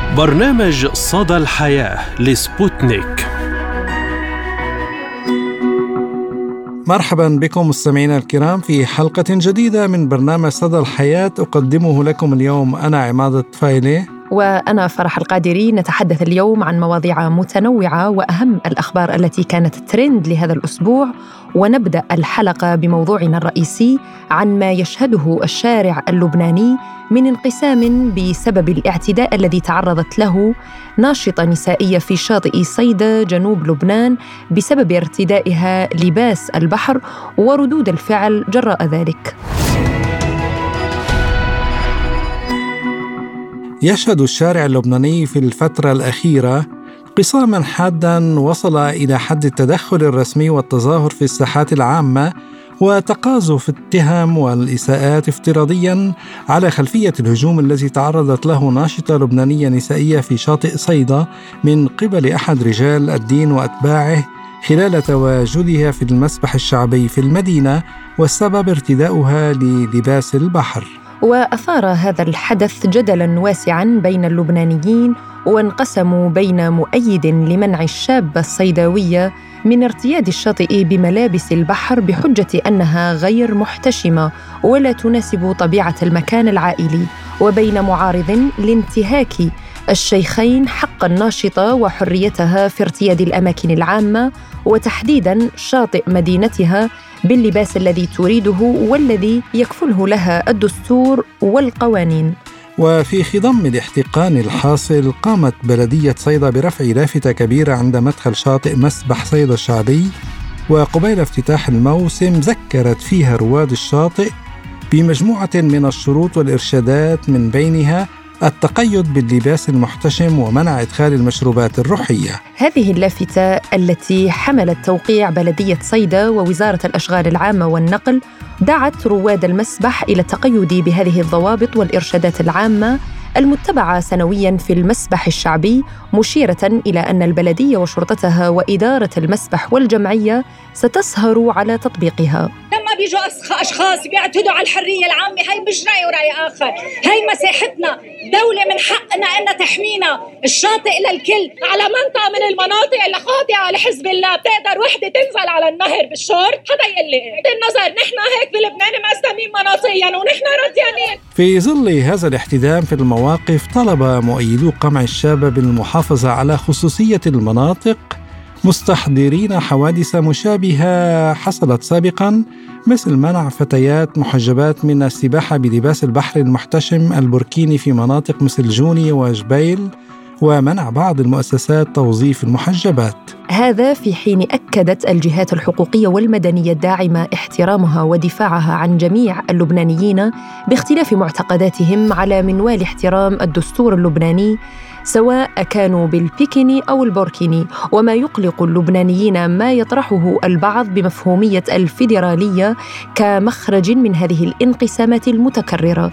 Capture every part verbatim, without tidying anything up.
برنامج صدى الحياة لسبوتنيك. مرحبا بكم مستمعينا الكرام في حلقة جديدة من برنامج صدى الحياة، أقدمه لكم اليوم أنا عماد فايلة وأنا فرح القادري. نتحدث اليوم عن مواضيع متنوعة وأهم الأخبار التي كانت ترند لهذا الأسبوع، ونبدأ الحلقة بموضوعنا الرئيسي عن ما يشهده الشارع اللبناني من انقسام بسبب الاعتداء الذي تعرضت له ناشطة نسائية في شاطئ صيدا جنوب لبنان بسبب ارتدائها لباس البحر وردود الفعل جراء ذلك. يشهد الشارع اللبناني في الفترة الأخيرة انقساماً حاداً وصل إلى حد التدخل الرسمي والتظاهر في الساحات العامة وتقاذف التهم والإساءات افتراضياً على خلفية الهجوم الذي تعرضت له ناشطة لبنانية نسائية في شاطئ صيدا من قبل أحد رجال الدين وأتباعه خلال تواجدها في المسبح الشعبي في المدينة، والسبب ارتداؤها للباس البحر. وأثار هذا الحدث جدلاً واسعاً بين اللبنانيين، وانقسموا بين مؤيد لمنع الشابة الصيداوية من ارتياد الشاطئ بملابس البحر بحجة أنها غير محتشمة ولا تناسب طبيعة المكان العائلي، وبين معارض لانتهاك الشيخين حق الناشطة وحريتها في ارتياد الأماكن العامة وتحديداً شاطئ مدينتها باللباس الذي تريده والذي يكفله لها الدستور والقوانين. وفي خضم الاحتقان الحاصل قامت بلدية صيدا برفع لافتة كبيرة عند مدخل شاطئ مسبح صيدا الشعبي، وقبيل افتتاح الموسم ذكرت فيها رواد الشاطئ بمجموعة من الشروط والإرشادات، من بينها التقيد باللباس المحتشم ومنع إدخال المشروبات الروحية. هذه اللافتة التي حملت توقيع بلدية صيدا ووزارة الأشغال العامة والنقل دعت رواد المسبح إلى التقيد بهذه الضوابط والإرشادات العامة المتبعة سنوياً في المسبح الشعبي، مشيرة إلى أن البلدية وشرطتها وإدارة المسبح والجمعية ستسهر على تطبيقها. لما بيجوا أشخاص بيعتدوا على الحرية العامة، هاي مش رأي ورأي آخر، هاي مساحتنا، دولة من حقنا أن تحمينا، الشاطئ للكل. على منطقة من المناطق اللي خاضعة لحزب الله بتقدر وحدة تنزل على النهر بالشورت؟ حدا يقول لي النظر، نحن هيك بلبنان مقسمين مناطقيا ونحن رديانين. في ظل هذا الاحتدام في المواقف، طلب مؤيدو قمع الشابة بالمحافظة على خصوصية المناطق، مستحضرين حوادث مشابهة حصلت سابقاً، مثل منع فتيات محجبات من السباحة بلباس البحر المحتشم البوركيني في مناطق مثل جوني وجبيل، ومنع بعض المؤسسات توظيف المحجبات. هذا في حين أكدت الجهات الحقوقية والمدنية الداعمة احترامها ودفاعها عن جميع اللبنانيين باختلاف معتقداتهم على منوال احترام الدستور اللبناني، سواء كانوا بالبيكيني أو البوركيني، وما يقلق اللبنانيين ما يطرحه البعض بمفهومية الفيدرالية كمخرج من هذه الانقسامات المتكررة.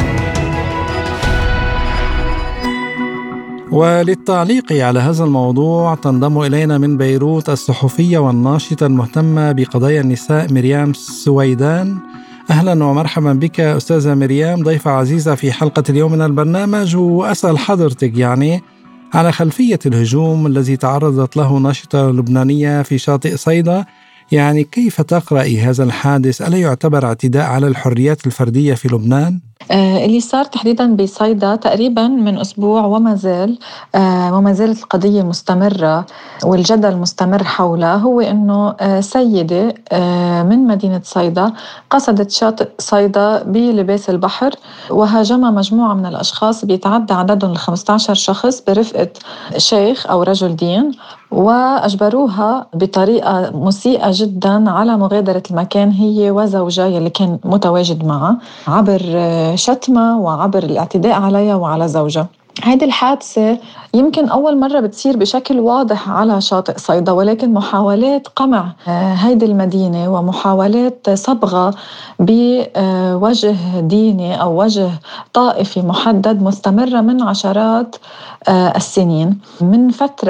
وللتعليق على هذا الموضوع تنضم إلينا من بيروت الصحفية والناشطة المهتمة بقضايا النساء مريم سويدان. أهلا ومرحبا بك أستاذة مريم، ضيفة عزيزة في حلقة اليوم من البرنامج. وأسأل حضرتك يعني على خلفية الهجوم الذي تعرضت له ناشطة لبنانية في شاطئ صيدا، يعني كيف تقرأي هذا الحادث؟ ألا يعتبر اعتداء على الحريات الفردية في لبنان؟ آه اللي صار تحديداً بصيدا تقريباً من أسبوع وما زال آه وما زالت القضية مستمرة والجدل مستمر حولها، هو إنه آه سيدة آه من مدينة صيدا قصدت شاطئ صيدا بلباس البحر، وهاجمها مجموعة من الأشخاص بيتعدى عددهم ل خمسة عشر شخص برفقة شيخ أو رجل دين، وأجبروها بطريقة مسيئة جداً على مغادرة المكان هي وزوجها اللي كان متواجد معها، عبر شتمة وعبر الاعتداء عليها وعلى زوجها. هذه الحادثة يمكن أول مرة بتصير بشكل واضح على شاطئ صيدا، ولكن محاولات قمع هذه المدينة ومحاولات صبغة بوجه ديني أو وجه طائفي محدد مستمرة من عشرات السنين. من فترة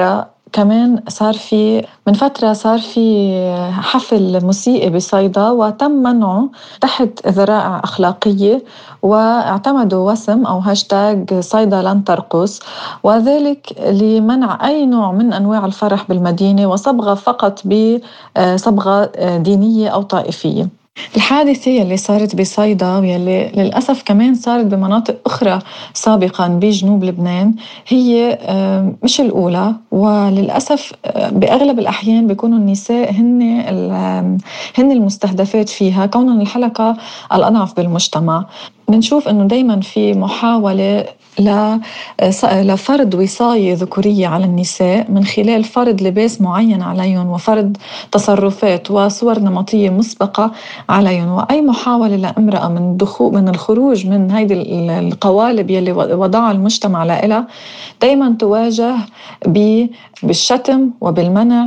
كمان صار في من فترة صار في حفل موسيقي بصيدا وتم منعه تحت ذرائع أخلاقية، واعتمدوا وسم أو هاشتاج صيدا لن ترقص، وذلك لمنع أي نوع من أنواع الفرح بالمدينة وصبغة فقط بصبغة دينية أو طائفية. الحادثة اللي صارت بصيدا واللي للأسف كمان صارت بمناطق أخرى سابقاً بجنوب لبنان هي مش الأولى، وللأسف بأغلب الأحيان بيكونوا النساء هن هن المستهدفات فيها كونهم الحلقة الأضعف بالمجتمع. بنشوف إنه دايماً في محاولة لفرض وصاية ذكورية على النساء من خلال فرض لباس معين عليهم وفرض تصرفات وصور نمطية مسبقة عليهم، وأي محاولة لامرأة من دخول من الخروج من هيدي القوالب يلي وضعها المجتمع لها دايما تواجه بالشتم وبالمنع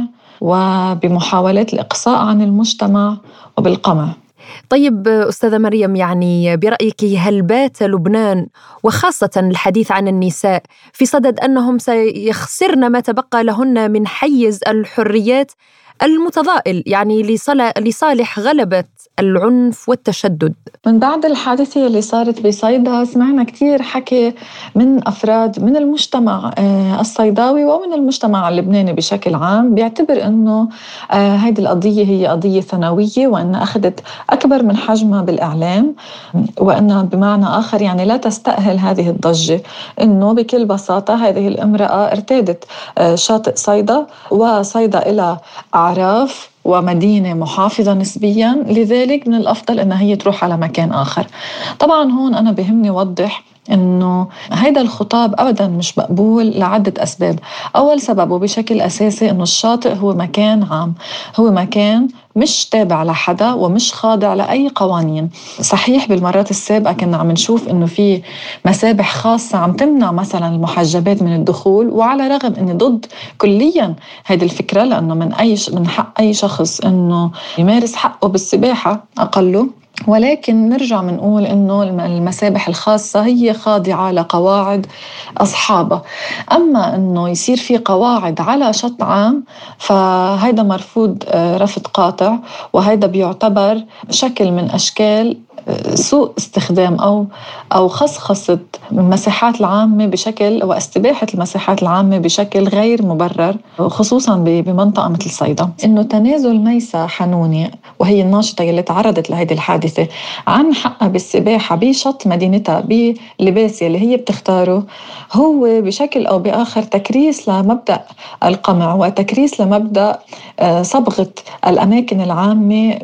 وبمحاولات الإقصاء عن المجتمع وبالقمع. طيب أستاذة مريم، يعني برأيك هل بات لبنان وخاصة الحديث عن النساء في صدد أنهم سيخسرن ما تبقى لهن من حيز الحريات المتضائل، يعني لصالح غلبة العنف والتشدد؟ من بعد الحادثة اللي صارت بصيدا سمعنا كتير حكي من أفراد من المجتمع الصيداوي ومن المجتمع اللبناني بشكل عام بيعتبر أنه هذه القضية هي قضية ثانوية وأنها أخذت أكبر من حجمها بالإعلام، وأنها بمعنى آخر يعني لا تستأهل هذه الضجة، أنه بكل بساطة هذه الامرأة ارتادت شاطئ صيدا، وصيدا إلى أعراف ومدينة محافظة نسبياً، لذلك من الأفضل أنها هي تروح على مكان آخر. طبعاً هون أنا بهمني وضح أنه هيدا الخطاب أبداً مش مقبول لعدة أسباب. أول سبب وبشكل أساسي أنه الشاطئ هو مكان عام، هو مكان مش تابع لحدا ومش خاضع لأي قوانين. صحيح بالمرات السابقة كنا عم نشوف أنه في مسابح خاصة عم تمنع مثلا المحجبات من الدخول، وعلى رغم أني ضد كليا هذه الفكرة، لأنه من أي من حق أي شخص أنه يمارس حقه بالسباحة أقله، ولكن نرجع منقول إنه المسابح الخاصة هي خاضعة لقواعد أصحابها. أما إنه يصير في قواعد على شط عام فهيدا مرفوض رفض قاطع، وهيدا بيعتبر شكل من أشكال سوء استخدام أو أو خصخصة المساحات العامة بشكل واستباحة المساحات العامة بشكل غير مبرر، خصوصاً بمنطقة مثل صيدا. إنه تنازل ميسا حنوني وهي الناشطة اللي تعرضت لهذه الحادثة عن حقها بالسباحة بشط مدينتها بلباس اللي هي بتختاره هو بشكل أو بآخر تكريس لمبدأ القمع وتكريس لمبدأ صبغة الأماكن العامة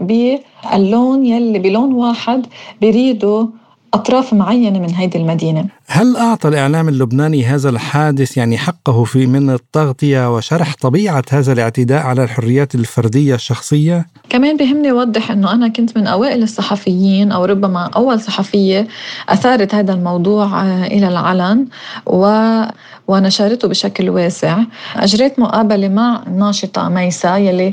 باللون يلي بلون واحد بيريدوا أطراف معينة من هذه المدينة. هل أعطى الإعلام اللبناني هذا الحادث يعني حقه في من التغطية وشرح طبيعة هذا الاعتداء على الحريات الفردية الشخصية؟ كمان بهمني أوضح أنه أنا كنت من أوائل الصحفيين أو ربما أول صحفية أثارت هذا الموضوع إلى العلن و ونشرته بشكل واسع. أجريت مقابلة مع الناشطة ميسا يلي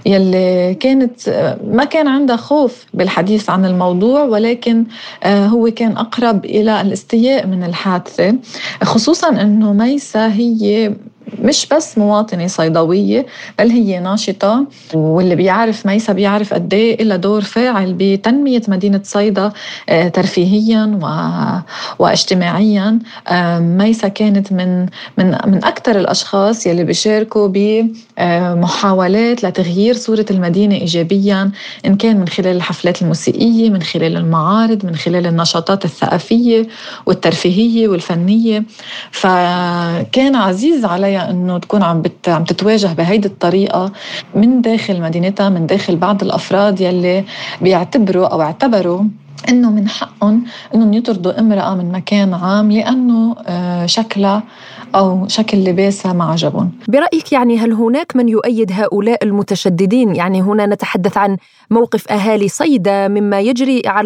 يلي كانت ما كان عندها خوف بالحديث عن الموضوع، ولكن هو كان أقرب إلى الاستياء من الحادثة، خصوصاً أنه ميسا هي مش بس مواطنة صيداوية بل هي ناشطة، واللي بيعرف ميسا بيعرف قد ايه لها دور فاعل بتنمية مدينة صيدا ترفيهيا واجتماعيا. ميسا كانت من من من أكثر الأشخاص يلي بيشاركوا بمحاولات لتغيير صورة المدينة إيجابيا، إن كان من خلال الحفلات الموسيقية، من خلال المعارض، من خلال النشاطات الثقافية والترفيهية والفنية. فكان عزيز عليها أنه تكون عم, بت... عم تتواجه بهيدي الطريقة من داخل مدينتها، من داخل بعض الأفراد يلي بيعتبروا أو اعتبروا أنه من حقهم أنهم يطردوا امرأة من مكان عام لأنه شكلها أو شكل لباسها ما عجبهم. برأيك يعني هل هناك من يؤيد هؤلاء المتشددين؟ يعني هنا نتحدث عن موقف أهالي صيدا مما يجري على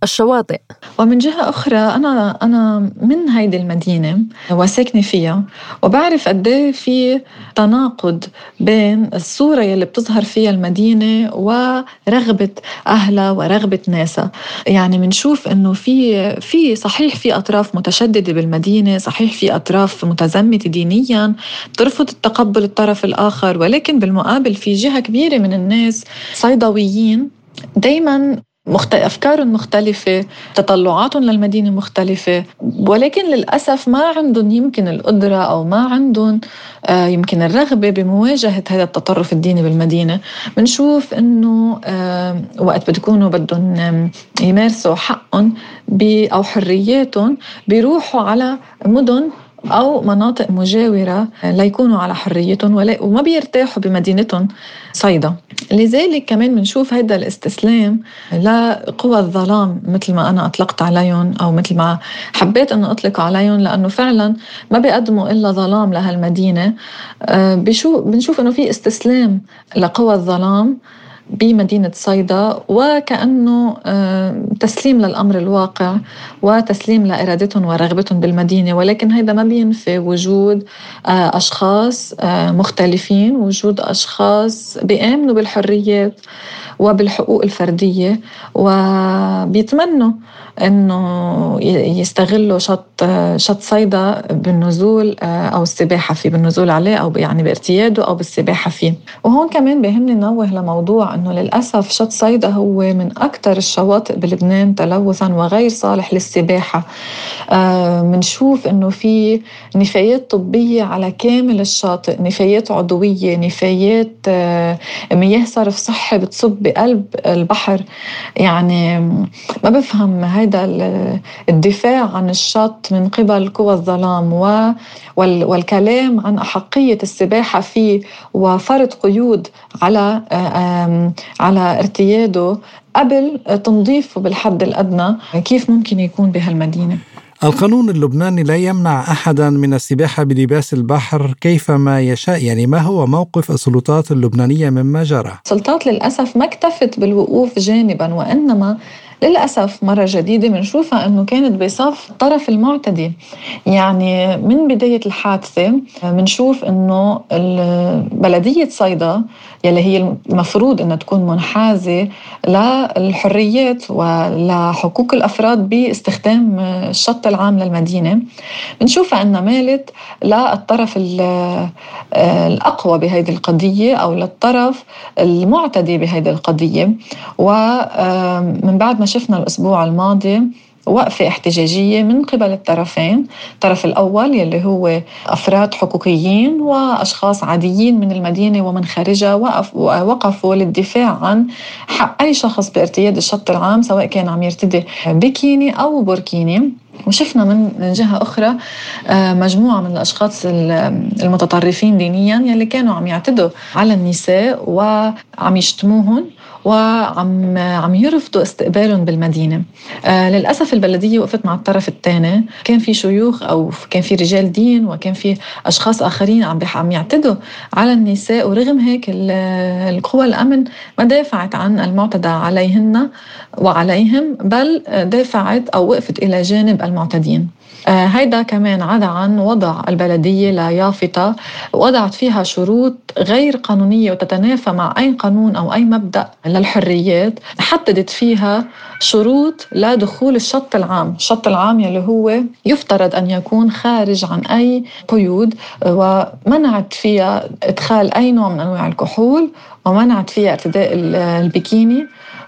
الشواطئ. ومن جهة أخرى أنا أنا من هيدي المدينة وساكنة فيها، وبعرف قديه في تناقض بين الصورة يلي بتظهر فيها المدينة ورغبة أهلها ورغبة ناسها. يعني منشوف إنه في في صحيح في أطراف متشددة بالمدينة، صحيح في أطراف متزمتة دينياً ترفض التقبل الطرف الآخر، ولكن بالمقابل في جهة كبيرة من الناس صيداويين دايماً مخت... أفكار مختلفة، تطلعاتهم للمدينة مختلفة، ولكن للأسف ما عندهم يمكن القدرة أو ما عندهم آه يمكن الرغبة بمواجهة هذا التطرف الديني بالمدينة. منشوف إنه آه وقت بتكونوا بدهم يمارسوا حقهم ب... أو حرياتهم بيروحوا على مدن أو مناطق مجاورة ليكونوا على حريتهم وما بيرتاحوا بمدينتهم صيدا. لذلك كمان منشوف هذا الاستسلام لقوى الظلام مثل ما أنا أطلقت عليهم، أو مثل ما حبيت أنه أطلق عليهم، لأنه فعلا ما بيقدموا إلا ظلام لهالمدينة. بنشوف أنه في استسلام لقوى الظلام بمدينة صيدا، وكأنه تسليم للأمر الواقع وتسليم لإرادتهم ورغبتهم بالمدينة. ولكن هذا ما بينفي وجود أشخاص مختلفين، وجود أشخاص بيآمنوا بالحريات وبالحقوق الفردية وبيتمنوا أنه يستغلوا شط شط صيدا بالنزول أو السباحة فيه، بالنزول عليه أو يعني بارتياده أو بالسباحة فيه. وهون كمان بيهمني نوه لموضوع أنه للأسف شط صيدا هو من أكثر الشواطئ بلبنان تلوثاً وغير صالح للسباحة. منشوف أنه في نفايات طبية على كامل الشاطئ، نفايات عضوية، نفايات مياه صرف صحي بتصب بقلب البحر. يعني ما بفهم هذا الدفاع عن الشط من قبل قوى الظلام والكلام عن أحقية السباحة فيه وفرض قيود على على ارتياده قبل تنظيفه بالحد الأدنى. كيف ممكن يكون بهالمدينة؟ القانون اللبناني لا يمنع أحدا من السباحة بلباس البحر كيفما يشاء، يعني ما هو موقف السلطات اللبنانية مما جرى؟ السلطات للأسف ما اكتفت بالوقوف جانبا، وإنما للأسف مرة جديدة بنشوفها أنه كانت بصف الطرف المعتدي. يعني من بداية الحادثة بنشوف أنه بلدية صيدا يلي هي المفروض أنها تكون منحازة للحريات ولحقوق الأفراد باستخدام الشط العام للمدينة، بنشوفها أنها مالت للطرف الأقوى بهذه القضية أو للطرف المعتدي بهذه القضية. ومن بعد ما شفنا الأسبوع الماضي وقفة احتجاجية من قبل الطرفين، الطرف الأول يلي هو أفراد حقوقيين وأشخاص عاديين من المدينة ومن خارجها وقفوا للدفاع عن حق أي شخص بارتياد الشط العام سواء كان عم يرتدي بيكيني أو بوركيني. وشفنا من جهة أخرى مجموعة من الأشخاص المتطرفين دينيا يلي كانوا عم يعتدوا على النساء وعم يشتموهن وعم عم يرفضوا استقبالهم بالمدينة. آه للأسف البلدية وقفت مع الطرف الثاني، كان في شيوخ أو كان في رجال دين وكان في أشخاص آخرين عم عم يعتدوا على النساء، ورغم هيك القوى الأمن ما دافعت عن المعتدى عليهن وعليهم، بل دافعت أو وقفت إلى جانب المعتدين. آه هيدا كمان عدا عن وضع البلدية ليافطة وضعت فيها شروط غير قانونية وتتنافى مع أي قانون أو أي مبدأ للحريات، حددت فيها شروط لدخول الشط العام. الشط العام يلي هو يفترض أن يكون خارج عن أي قيود، ومنعت فيها إدخال أي نوع من أنواع الكحول، ومنعت فيها ارتداء البيكيني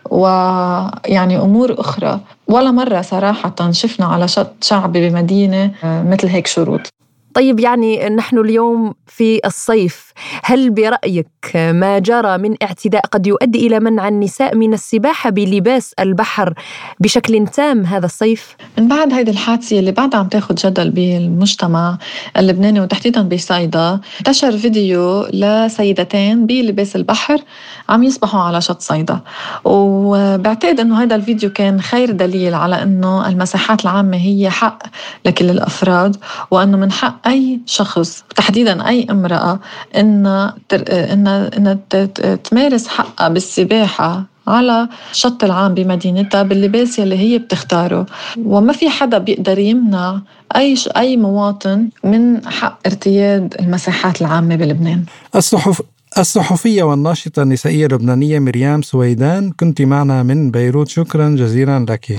ويعني أمور أخرى. ولا مرة صراحة شفنا على شط شعبي بمدينة مثل هيك شروط. طيب يعني نحن اليوم في الصيف، هل برأيك ما جرى من اعتداء قد يؤدي إلى منع النساء من السباحة بلباس البحر بشكل تام هذا الصيف؟ من بعد هذه الحادثة اللي بعدها عم تاخد جدل بالمجتمع اللبناني وتحديدا بصيدا، انتشر فيديو لسيدتين بلباس البحر عم يسبحوا على شط صيدا، وبعتقد أنه هذا الفيديو كان خير دليل على أنه المساحات العامة هي حق لكل الأفراد، وأنه من حق أي شخص تحديدا أي امرأة إن إن إن تمارس حقها بالسباحة على الشط العام بمدينتها باللباس يلي هي بتختاره، وما في حدا بيقدر يمنع أي أي مواطن من حق ارتياد المساحات العامة بلبنان. الصحف الصحفية والناشطة النسائية اللبنانية مريم سويدان، كنت معنا من بيروت، شكرا جزيلا لك.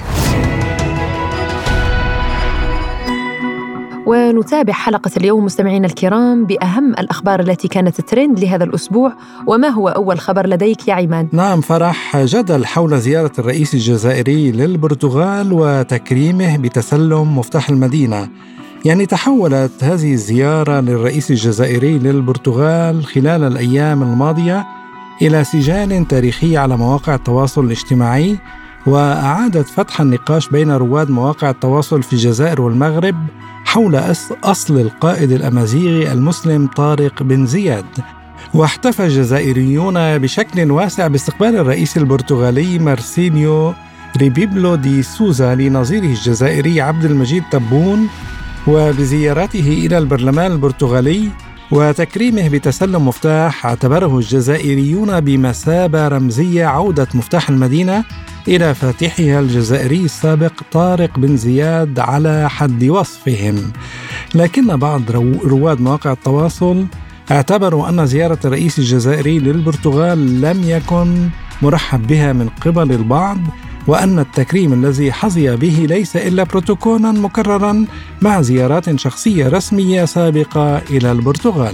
ونتابع حلقة اليوم مستمعينا الكرام بأهم الأخبار التي كانت ترند لهذا الأسبوع. وما هو أول خبر لديك يا عماد؟ نعم فرح، جدل حول زيارة الرئيس الجزائري للبرتغال وتكريمه بتسلم مفتاح المدينة. يعني تحولت هذه الزيارة للرئيس الجزائري للبرتغال خلال الأيام الماضية إلى سجال تاريخي على مواقع التواصل الاجتماعي، وأعادت فتح النقاش بين رواد مواقع التواصل في الجزائر والمغرب حول أصل القائد الأمازيغي المسلم طارق بن زياد. واحتفى الجزائريون بشكل واسع باستقبال الرئيس البرتغالي مارسيليو ريبيبلو دي سوزا لنظيره الجزائري عبد المجيد تبون، وبزيارته إلى البرلمان البرتغالي وتكريمه بتسلم مفتاح اعتبره الجزائريون بمثابة رمزية عودة مفتاح المدينة إلى فاتحها الجزائري السابق طارق بن زياد على حد وصفهم. لكن بعض رواد مواقع التواصل اعتبروا أن زيارة الرئيس الجزائري للبرتغال لم يكن مرحب بها من قبل البعض، وأن التكريم الذي حظي به ليس إلا بروتوكولا مكررا مع زيارات شخصية رسمية سابقة إلى البرتغال.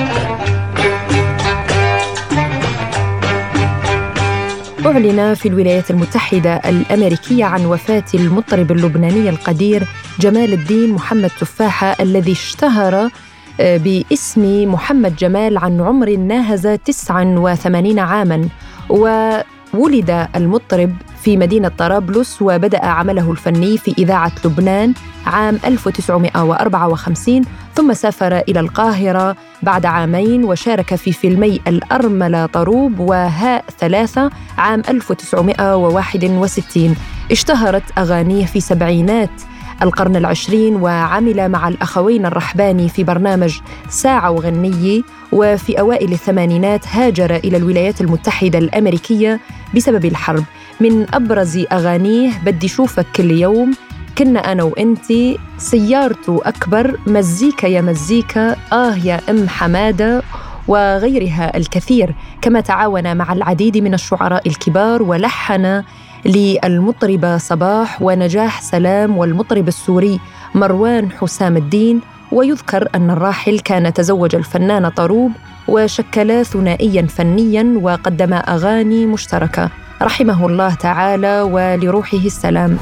أعلن في الولايات المتحدة الأمريكية عن وفاة المطرب اللبناني القدير جمال الدين محمد تفاحة، الذي اشتهر باسم محمد جمال عن عمر ناهز تسعة وثمانين عاماً. وولد المطرب في مدينة طرابلس، وبدأ عمله الفني في إذاعة لبنان عام ألف وتسعمائة وأربعة وخمسين، ثم سافر إلى القاهرة بعد عامين وشارك في فيلمي الأرملة طروب وهاء ثلاثة عام ألف وتسعمائة وواحد وستين. اشتهرت أغانيه في سبعينات القرن العشرين، وعمل مع الأخوين الرحباني في برنامج ساعة وغنية. وفي أوائل الثمانينات هاجر إلى الولايات المتحدة الأمريكية بسبب الحرب. من أبرز أغانيه بدي شوفك كل يوم، كنا أنا وإنتي، سيارته أكبر، مزيكا يا مزيكا، آه يا أم حمادة، وغيرها الكثير. كما تعاون مع العديد من الشعراء الكبار، ولحن للمطربة صباح ونجاح سلام والمطرب السوري مروان حسام الدين. ويذكر أن الراحل كان تزوج الفنانة طروب، وشكلا ثنائياً فنياً وقدما أغاني مشتركة، رحمه الله تعالى ولروحه السلام.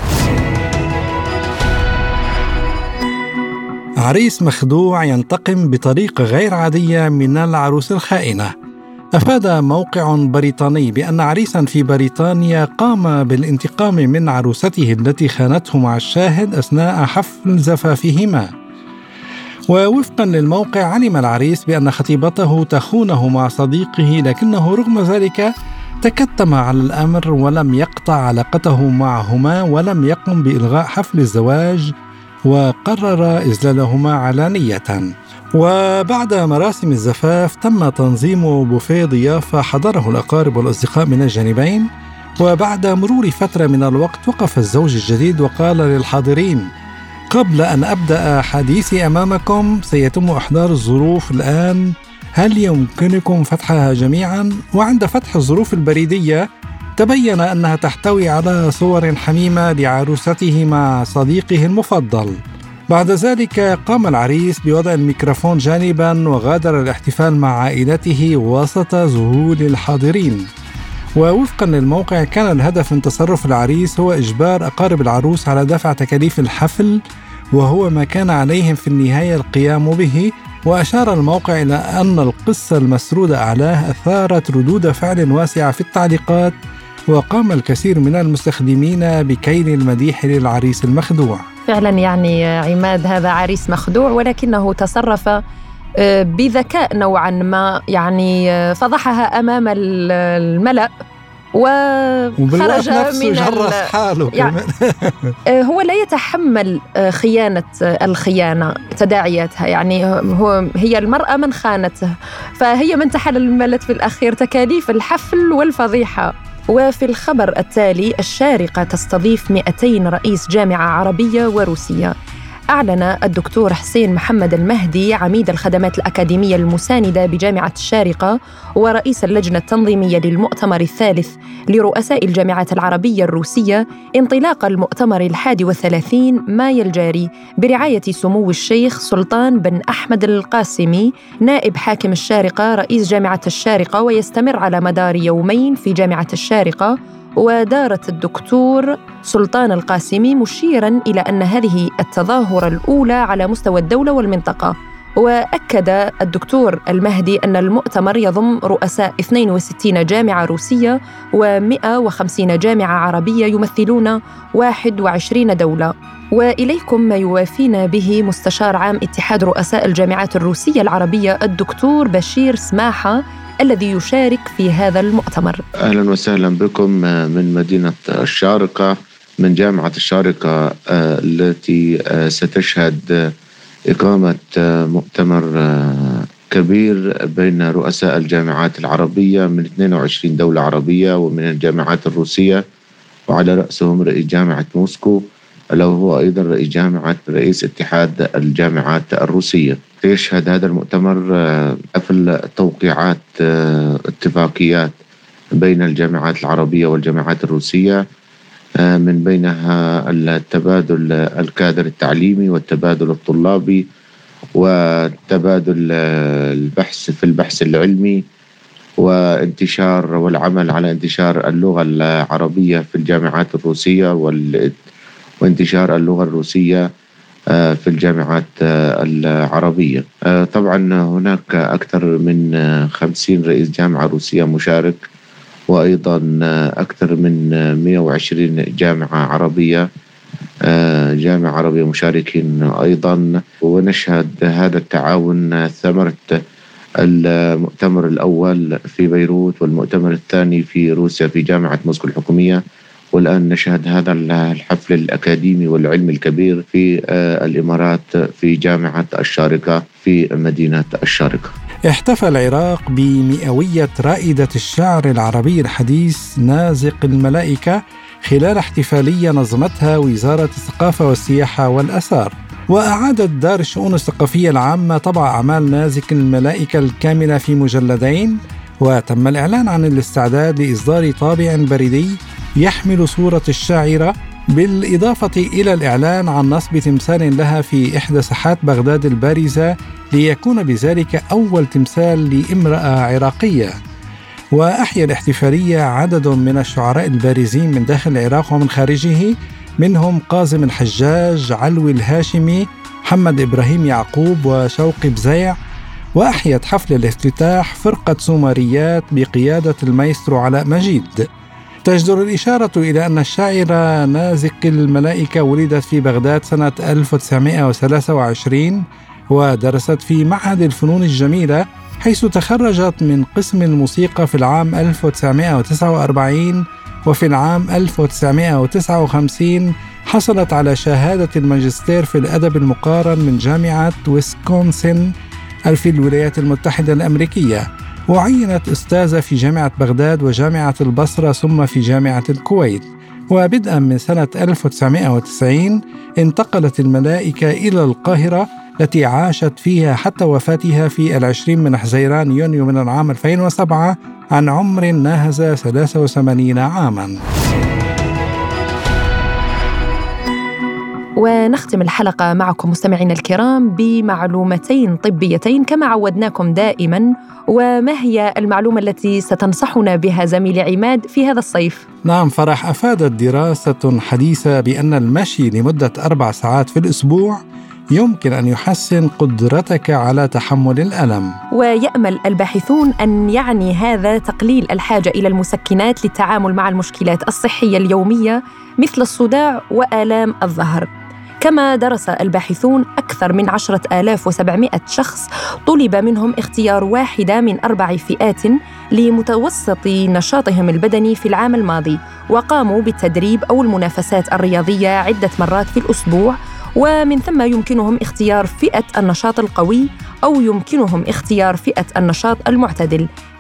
عريس مخدوع ينتقم بطريقة غير عادية من العروس الخائنة. أفاد موقع بريطاني بأن عريساً في بريطانيا قام بالانتقام من عروسته التي خانته مع الشاهد أثناء حفل زفافهما. ووفقاً للموقع، علم العريس بأن خطيبته تخونه مع صديقه، لكنه رغم ذلك تكتم على الأمر ولم يقطع علاقته معهما، ولم يقم بإلغاء حفل الزواج، وقرر إذلالهما علانية. وبعد مراسم الزفاف تم تنظيم بوفيه ضيافة حضره الأقارب والأصدقاء من الجانبين. وبعد مرور فترة من الوقت وقف الزوج الجديد وقال للحاضرين: قبل أن أبدأ حديثي أمامكم سيتم إحضار الظروف الآن، هل يمكنكم فتحها جميعا؟ وعند فتح الظروف البريدية تبين أنها تحتوي على صور حميمة لعروسته مع صديقه المفضل. بعد ذلك قام العريس بوضع الميكروفون جانبا وغادر الاحتفال مع عائلته وسط ذهول الحاضرين. ووفقا للموقع، كان الهدف من تصرف العريس هو إجبار أقارب العروس على دفع تكاليف الحفل، وهو ما كان عليهم في النهاية القيام به. وأشار الموقع إلى أن القصة المسرودة أعلاه أثارت ردود فعل واسعة في التعليقات، وقام الكثير من المستخدمين بكيل المديح للعريس المخدوع. فعلا يعني عماد، هذا عريس مخدوع، ولكنه تصرف بذكاء نوعا ما، يعني فضحها أمام الملأ وخرج من جرس حاله يعني هو لا يتحمل خيانة الخيانة تداعياتها، يعني هو هي المرأة من خانته، فهي من تحملت في الأخير تكاليف الحفل والفضيحة. وفي الخبر التالي، الشارقة تستضيف مئتين رئيس جامعة عربية وروسية. أعلن الدكتور حسين محمد المهدي عميد الخدمات الأكاديمية المساندة بجامعة الشارقة ورئيس اللجنة التنظيمية للمؤتمر الثالث لرؤساء الجامعات العربية الروسية انطلاق المؤتمر الحادي والثلاثين مايو الجاري برعاية سمو الشيخ سلطان بن أحمد القاسمي نائب حاكم الشارقة رئيس جامعة الشارقة، ويستمر على مدار يومين في جامعة الشارقة. ودارت الدكتور سلطان القاسمي مشيراً إلى أن هذه التظاهرة الأولى على مستوى الدولة والمنطقة. وأكد الدكتور المهدي أن المؤتمر يضم رؤساء اثنين وستين جامعة روسية ومئة وخمسين جامعة عربية يمثلون واحد وعشرين دولة. وإليكم ما يوافينا به مستشار عام اتحاد رؤساء الجامعات الروسية العربية الدكتور بشير سماحة الذي يشارك في هذا المؤتمر. أهلا وسهلا بكم من مدينة الشارقة، من جامعة الشارقة التي ستشهد إقامة مؤتمر كبير بين رؤساء الجامعات العربية من اثنين وعشرين دولة عربية ومن الجامعات الروسية، وعلى رأسهم رئيس جامعة موسكو، لو هو أيضا رئيس جامعة رئيس اتحاد الجامعات الروسية. يشهد هذا المؤتمر حفل توقيعات اتفاقيات بين الجامعات العربية والجامعات الروسية، من بينها التبادل الكادر التعليمي والتبادل الطلابي والتبادل البحث في البحث العلمي وانتشار والعمل على انتشار اللغة العربية في الجامعات الروسية وانتشار اللغة الروسية في الجامعات العربية. طبعا هناك أكثر من خمسين رئيس جامعة روسية مشارك، وأيضا أكثر من مئة وعشرين جامعة عربية جامعة عربية مشاركين أيضا. ونشهد هذا التعاون ثمرة المؤتمر الأول في بيروت والمؤتمر الثاني في روسيا في جامعة موسكو الحكومية، والآن نشهد هذا الحفل الأكاديمي والعلمي الكبير في الإمارات في جامعة الشارقة في مدينة الشارقة. احتفل العراق بمئوية رائدة الشعر العربي الحديث نازق الملائكة خلال احتفالية نظمتها وزارة الثقافة والسياحة والآثار. وأعادت دار الشؤون الثقافية العامة طبع أعمال نازق الملائكة الكاملة في مجلدين، وتم الإعلان عن الاستعداد لإصدار طابع بريدي يحمل صورة الشاعرة، بالإضافة إلى الإعلان عن نصب تمثال لها في إحدى ساحات بغداد البارزة ليكون بذلك أول تمثال لامرأة عراقية. وأحيا الاحتفالية عدد من الشعراء البارزين من داخل العراق ومن خارجه، منهم قاسم الحجاج، علوي الهاشمي، محمد إبراهيم يعقوب وشوقي بزيع. وأحيت حفل الافتتاح فرقة سومريات بقيادة المايسترو علاء مجيد. تجدر الإشارة إلى أن الشاعرة نازق الملائكة ولدت في بغداد سنة ألف وتسعمئة وثلاثة وعشرين، ودرست في معهد الفنون الجميلة، حيث تخرجت من قسم الموسيقى في العام ألف وتسعمئة وتسعة وأربعين. وفي العام ألف وتسعمئة وتسعة وخمسين حصلت على شهادة الماجستير في الأدب المقارن من جامعة ويسكونسن في الولايات المتحدة الأمريكية، وعينت أستاذة في جامعة بغداد وجامعة البصرة ثم في جامعة الكويت. وبدءا من سنة ألف وتسعمئة وتسعين انتقلت الملائكة إلى القاهرة التي عاشت فيها حتى وفاتها في العشرين من حزيران يونيو من العام ألفين وسبعة عن عمر ناهز ثلاثة وثمانين عاما. ونختم الحلقة معكم مستمعينا الكرام بمعلومتين طبيتين كما عودناكم دائما. وما هي المعلومة التي ستنصحنا بها زميلي عماد في هذا الصيف؟ نعم فرح، أفادت دراسة حديثة بأن المشي لمدة أربع ساعات في الأسبوع يمكن أن يحسن قدرتك على تحمل الألم. ويأمل الباحثون أن يعني هذا تقليل الحاجة إلى المسكنات للتعامل مع المشكلات الصحية اليومية مثل الصداع وآلام الظهر. كما درس الباحثون أكثر من عشرة آلاف وسبعمائة شخص طلب منهم اختيار واحدة من أربع فئات لمتوسط نشاطهم البدني في العام الماضي، وقاموا بالتدريب أو المنافسات الرياضية عدة مرات في الأسبوع، ومن ثم يمكنهم اختيار فئة النشاط القوي أو يمكنهم اختيار فئة النشاط المعتدل.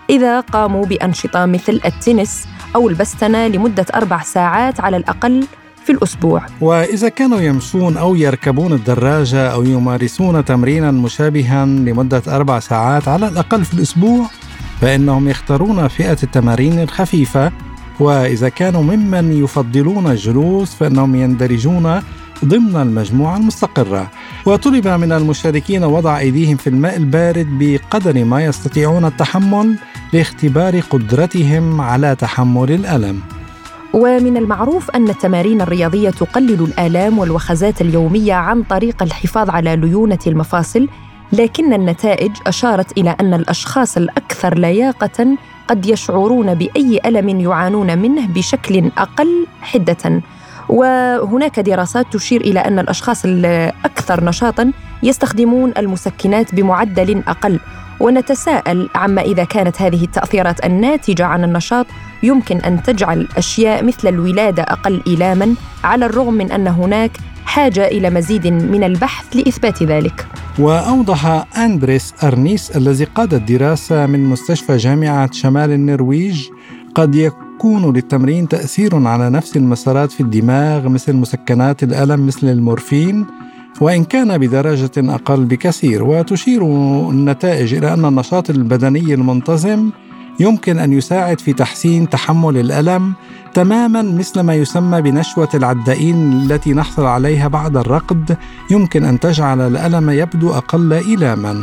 إذا قاموا بأنشطة مثل التنس أو البستنة لمدة أربع ساعات على الأقل في الأسبوع. وإذا كانوا يمشون أو يركبون الدراجة أو يمارسون تمريناً مشابهاً لمدة أربع ساعات على الأقل في الأسبوع فإنهم يختارون فئة التمارين الخفيفة. وإذا كانوا ممن يفضلون الجلوس فإنهم يندرجون ضمن المجموعة المستقرة. وطلب من المشاركين وضع أيديهم في الماء البارد بقدر ما يستطيعون التحمل لاختبار قدرتهم على تحمل الألم. ومن المعروف أن التمارين الرياضية تقلل الآلام والوخزات اليومية عن طريق الحفاظ على ليونة المفاصل، لكن النتائج أشارت إلى أن الأشخاص الأكثر لياقة قد يشعرون بأي ألم يعانون منه بشكل أقل حدة. وهناك دراسات تشير إلى أن الأشخاص الأكثر نشاطاً يستخدمون المسكنات بمعدل أقل. ونتساءل عما إذا كانت هذه التأثيرات الناتجة عن النشاط يمكن أن تجعل أشياء مثل الولادة أقل إيلاماً، على الرغم من أن هناك حاجة إلى مزيد من البحث لإثبات ذلك. وأوضح أندريس أرنيس الذي قاد الدراسة من مستشفى جامعة شمال النرويج قد يكون للتمرين تأثير على نفس المسارات في الدماغ مثل مسكنات الألم مثل المورفين، وإن كان بدرجة أقل بكثير. وتشير النتائج إلى أن النشاط البدني المنتظم يمكن أن يساعد في تحسين تحمل الألم تماماً مثل ما يسمى بنشوة العدائين التي نحصل عليها بعد الركض، يمكن أن تجعل الألم يبدو أقل إيلاماً.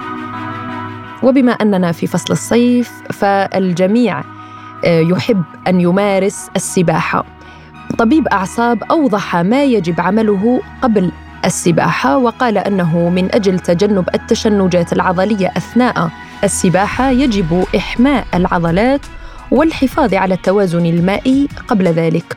وبما أننا في فصل الصيف فالجميع يحب أن يمارس السباحة. طبيب أعصاب أوضح ما يجب عمله قبل السباحة، وقال أنه من أجل تجنب التشنجات العضلية أثناء السباحة يجب إحماء العضلات والحفاظ على التوازن المائي قبل ذلك.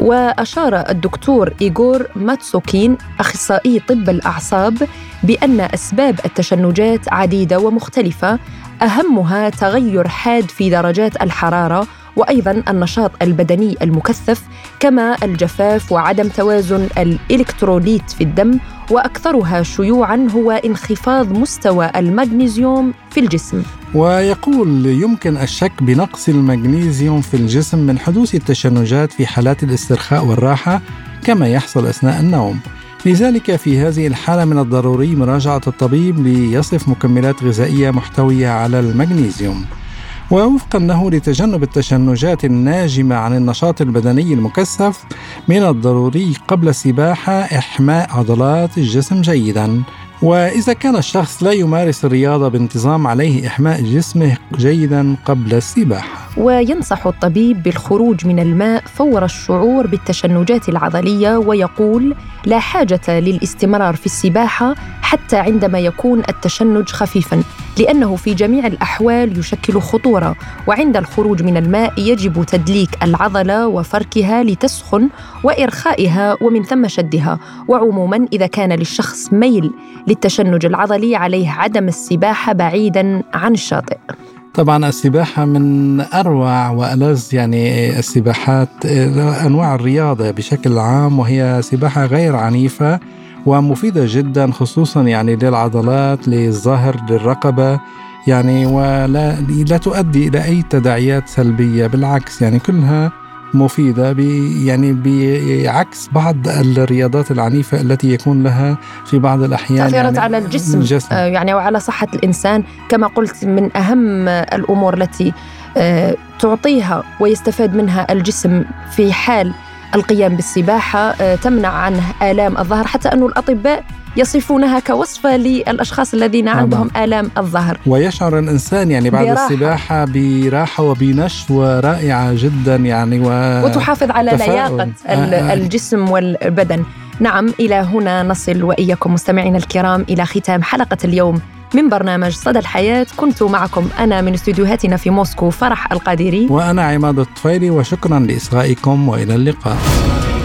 وأشار الدكتور إيغور ماتسوكين أخصائي طب الأعصاب بأن أسباب التشنجات عديدة ومختلفة، أهمها تغير حاد في درجات الحرارة، وأيضاً النشاط البدني المكثف، كما الجفاف وعدم توازن الإلكتروليت في الدم، وأكثرها شيوعاً هو انخفاض مستوى المغنيسيوم في الجسم. ويقول يمكن الشك بنقص المغنيسيوم في الجسم من حدوث التشنجات في حالات الاسترخاء والراحة كما يحصل أثناء النوم. لذلك في هذه الحالة من الضروري مراجعة الطبيب ليصف مكملات غذائية محتوية على المغنيسيوم. ووفقاً له لتجنب التشنجات الناجمة عن النشاط البدني المكثف من الضروري قبل السباحة إحماء عضلات الجسم جيداً. وإذا كان الشخص لا يمارس الرياضة بانتظام عليه إحماء جسمه جيداً قبل السباحة. وينصح الطبيب بالخروج من الماء فور الشعور بالتشنجات العضلية، ويقول لا حاجة للاستمرار في السباحة حتى عندما يكون التشنج خفيفاً، لأنه في جميع الأحوال يشكل خطورة. وعند الخروج من الماء يجب تدليك العضلة وفركها لتسخن وإرخائها ومن ثم شدها. وعموماً إذا كان للشخص ميل للتشنج العضلي عليه عدم السباحة بعيداً عن الشاطئ. طبعا السباحة من أروع وألذ يعني السباحات، أنواع الرياضة بشكل عام، وهي سباحة غير عنيفة ومفيدة جدا خصوصا يعني للعضلات، للظهر، للرقبة يعني، ولا لا تؤدي إلى أي تداعيات سلبية، بالعكس يعني كلها مفيدة بي يعني بعكس بعض الرياضات العنيفة التي يكون لها في بعض الأحيان تأثيرات يعني على الجسم, الجسم. آه يعني وعلى صحة الإنسان. كما قلت من أهم الأمور التي آه تعطيها ويستفاد منها الجسم في حال القيام بالسباحة آه تمنع عنه آلام الظهر، حتى أن الأطباء يصفونها كوصفة للأشخاص الذين عندهم آلام الظهر. ويشعر الإنسان يعني بعد براحة. السباحة براحة وبنشوة رائعة جدا يعني و... وتحافظ على لياقة آه. الجسم والبدن. نعم، إلى هنا نصل وإياكم مستمعين الكرام إلى ختام حلقة اليوم من برنامج صدى الحياة. كنت معكم أنا من استديوهاتنا في موسكو فرح القادري، وأنا عماد الطفيلي، وشكرا لإصغائكم وإلى اللقاء.